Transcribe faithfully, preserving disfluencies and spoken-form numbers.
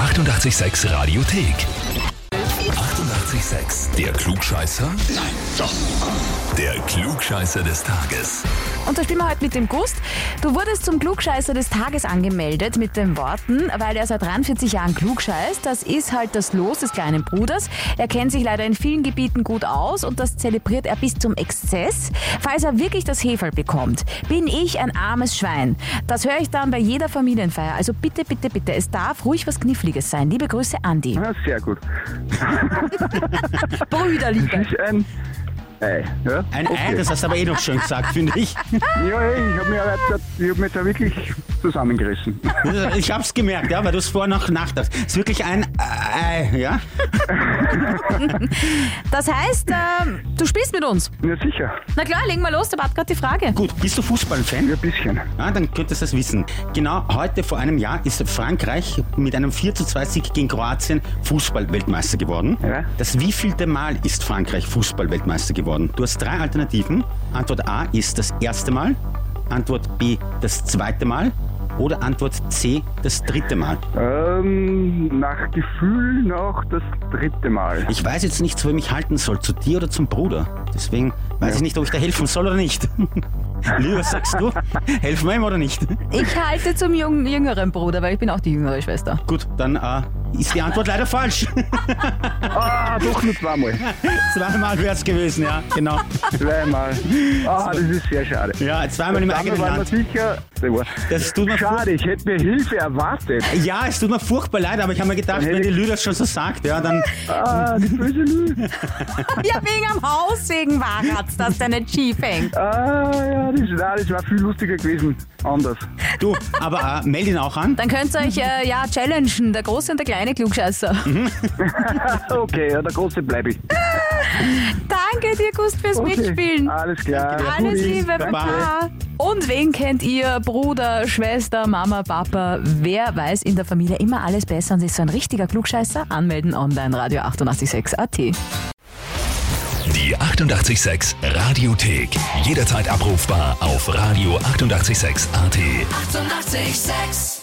achtundachtzig Komma sechs Radiothek. achtundachtzig Komma sechs. Der Klugscheißer? Nein, doch. Der Klugscheißer des Tages. Und da spielen wir heute mit dem Gust. Du wurdest zum Klugscheißer des Tages angemeldet mit den Worten, weil er seit dreiundvierzig Jahren klugscheißt. Das ist halt das Los des kleinen Bruders. Er kennt sich leider in vielen Gebieten gut aus und das zelebriert er bis zum Exzess. Falls er wirklich das Heferl bekommt, bin ich ein armes Schwein. Das höre ich dann bei jeder Familienfeier. Also bitte, bitte, bitte, es darf ruhig was Kniffliges sein. Liebe Grüße, Andi. Ja, sehr gut. Brüderliebe. Das ist ein Ei. Ja? Ein Okay. Ei, das hast du aber eh noch schön gesagt, finde ich. Ja, hey, ich habe mich, ja- ich hab mich da wirklich zusammengerissen. Ich hab's gemerkt, ja, weil du es vorher noch nachdacht. Es ist wirklich ein Ei, ja? Das heißt, ähm, du spielst mit uns. Ja, sicher. Na klar, legen wir los, der hat gerade die Frage. Gut, bist du Fußballfan? Ja, ein bisschen. Ja, dann könntest du das wissen. Genau heute vor einem Jahr ist Frankreich mit einem vier zu zwei Sieg gegen Kroatien Fußball-Weltmeister geworden. Ja. Das wievielte Mal ist Frankreich Fußball-Weltmeister geworden? Du hast drei Alternativen. Antwort A ist das erste Mal, Antwort B das zweite Mal oder Antwort C das dritte Mal. Ähm, nach Gefühl noch das dritte Mal. Ich weiß jetzt nicht, zu wem ich halten soll, zu dir oder zum Bruder. Deswegen weiß ich nicht, ob ich da helfen soll oder nicht. Lü, was sagst du? Helfen wir ihm oder nicht? Ich halte zum jungen, jüngeren Bruder, weil ich bin auch die jüngere Schwester. Gut, dann äh, ist die Antwort leider falsch. Ah, doch nur zweimal. Zweimal wäre es gewesen, ja, genau. Zweimal. Ah, das ist sehr schade. Ja, zweimal im Dann eigenen war mir Land. sicher. Das tut mir Schade, ich hätte mir Hilfe erwartet. furch- Ja, es tut mir furchtbar leid, aber ich habe mir gedacht, Dann hätte wenn die ich- Lü das schon so sagt, ja, dann... Ah, die böse Lü. Ja, wegen am Haussegen war es, dass der nicht schief hängt. Ah, ja, das, nein, das war viel lustiger gewesen. Anders. Du, aber äh, meld ihn auch an. Dann könnt ihr euch äh, ja challengen, der große und der kleine Klugscheißer. Okay, ja, der Große bleibe ich. Danke dir, Gust, fürs Okay, Mitspielen. alles klar. Alles Guti. Liebe, Baba. Baba. Und wen kennt ihr? Bruder, Schwester, Mama, Papa? Wer weiß in der Familie immer alles besser und ist so ein richtiger Klugscheißer? Anmelden online, Radio achtundachtzig Komma sechs A T. Die achtundachtzig Komma sechs Radiothek. Jederzeit abrufbar auf Radio achtundachtzig Komma sechs A T. achtundachtzig Komma sechs